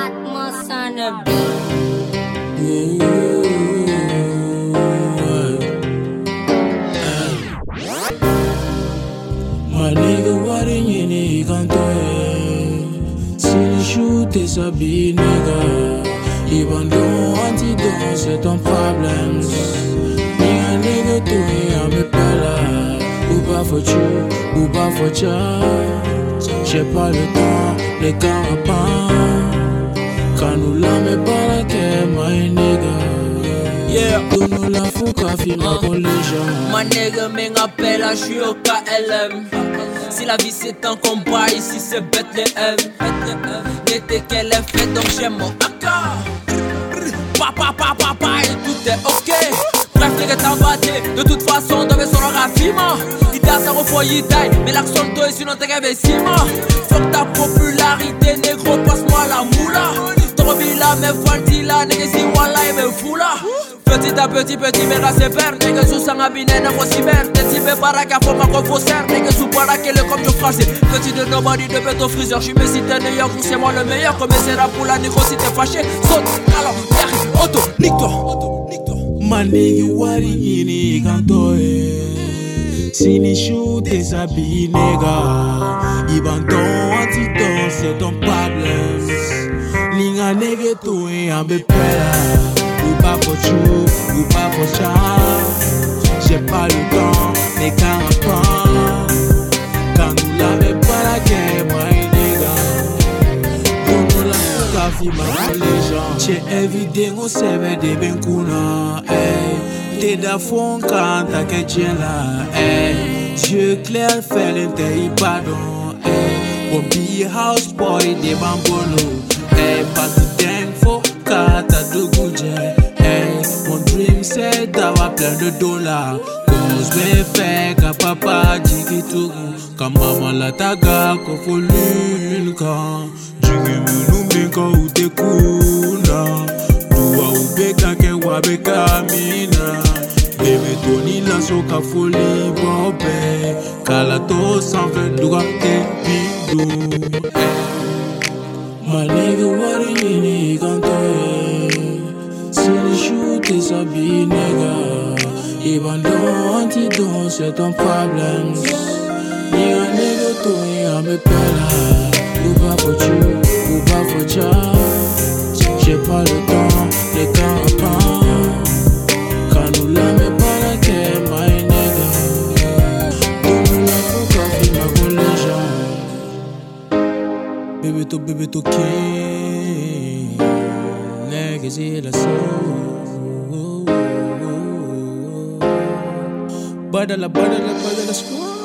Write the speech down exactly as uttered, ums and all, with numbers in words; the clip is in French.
Atmos on the beat. Ooh, my nigga, what in you need canto Si les shoot sa vie, nigga. Even though anti-don, c'est ton problème. Nigga, nigga, tout est à mes pala. Ou pas faut tu, ou pas faut tcha. J'ai pas le temps, les carapans. Quand nous la met pas la que my nigga. Yeah, tout nous la fout qu'à finir pour les gens. My nigga, m'appelle, je suis au K L M. Si la vie c'est un combat, ici c'est Bethlehem. L'été qu'elle est faite, donc j'ai mon accord. Papa, papa, papa, et tout est ok. Bref, nigga, t'as battu. De toute façon, devait son raffiment. Il t'a sa refoyer taille, mais l'action de toi est sinon t'es investissement. Fuck ta popularité, négro, passe-moi la moula. Ton revis là, mais fanti là, nigga, si voilà, il me fout là. Petit à petit, petit, mais là c'est vert. Nigga, sous sang abîmé, n'a pas si vert. T'es si bé baraka, faut ma qu'on faut serre. Nigga, sous baraka, le comme je français. Petit de nobody, de bête au freezer. J'suis mes cités New York, c'est moi le meilleur. Comme c'est rap pour la négro, si t'es fâché. Saute, alors, y'arrive, auto, nique-toi. My nigga, what you need canto Si les shoot sa vie, nigga. Even though anti-don, c'est ton problème. Nigga, nigga, tout est à mes pala. Ou pas pour chou, ou pas pour chat. J'ai pas le temps, les carapans. Quand nous la met pas la game, my nigga. Nous nous la fout qu'à filmer les gens. J'ai évité mon C V de Benkuna, eh. T'es d'afon quand t'as que tien là, eh. Dieu clair fait l'intérêt, pardon, eh. Bobby house boy de Bambono, eh. Pas de d'info, kata de goudje. Mon dream c'est d'avoir plein de dollars. Cause me fait qu'à papa jigi tout. Quand maman la taga qu'on faut l'une quand. Jigi me nous binka ou te kuna. Dua ou beka ke wa beka mina. Bébé Tony la soka folie bobé. Kalato cent vingt-deux te bidou. My nigga, what do you need canto Si les shoot sa vie, nigga. Even though anti-don, c'est ton problème. Nigga, nigga, tout est à mes pala. Ou pas faut tu, ou pas faut tcha. J'ai pas le temps, les carapans. Quand nous la met pas la que my nigga. Tout nous la fout qu'à finir pour les gens. Bébé to, bébé to king. Niggas in the soul. Badala, badala, badala squad.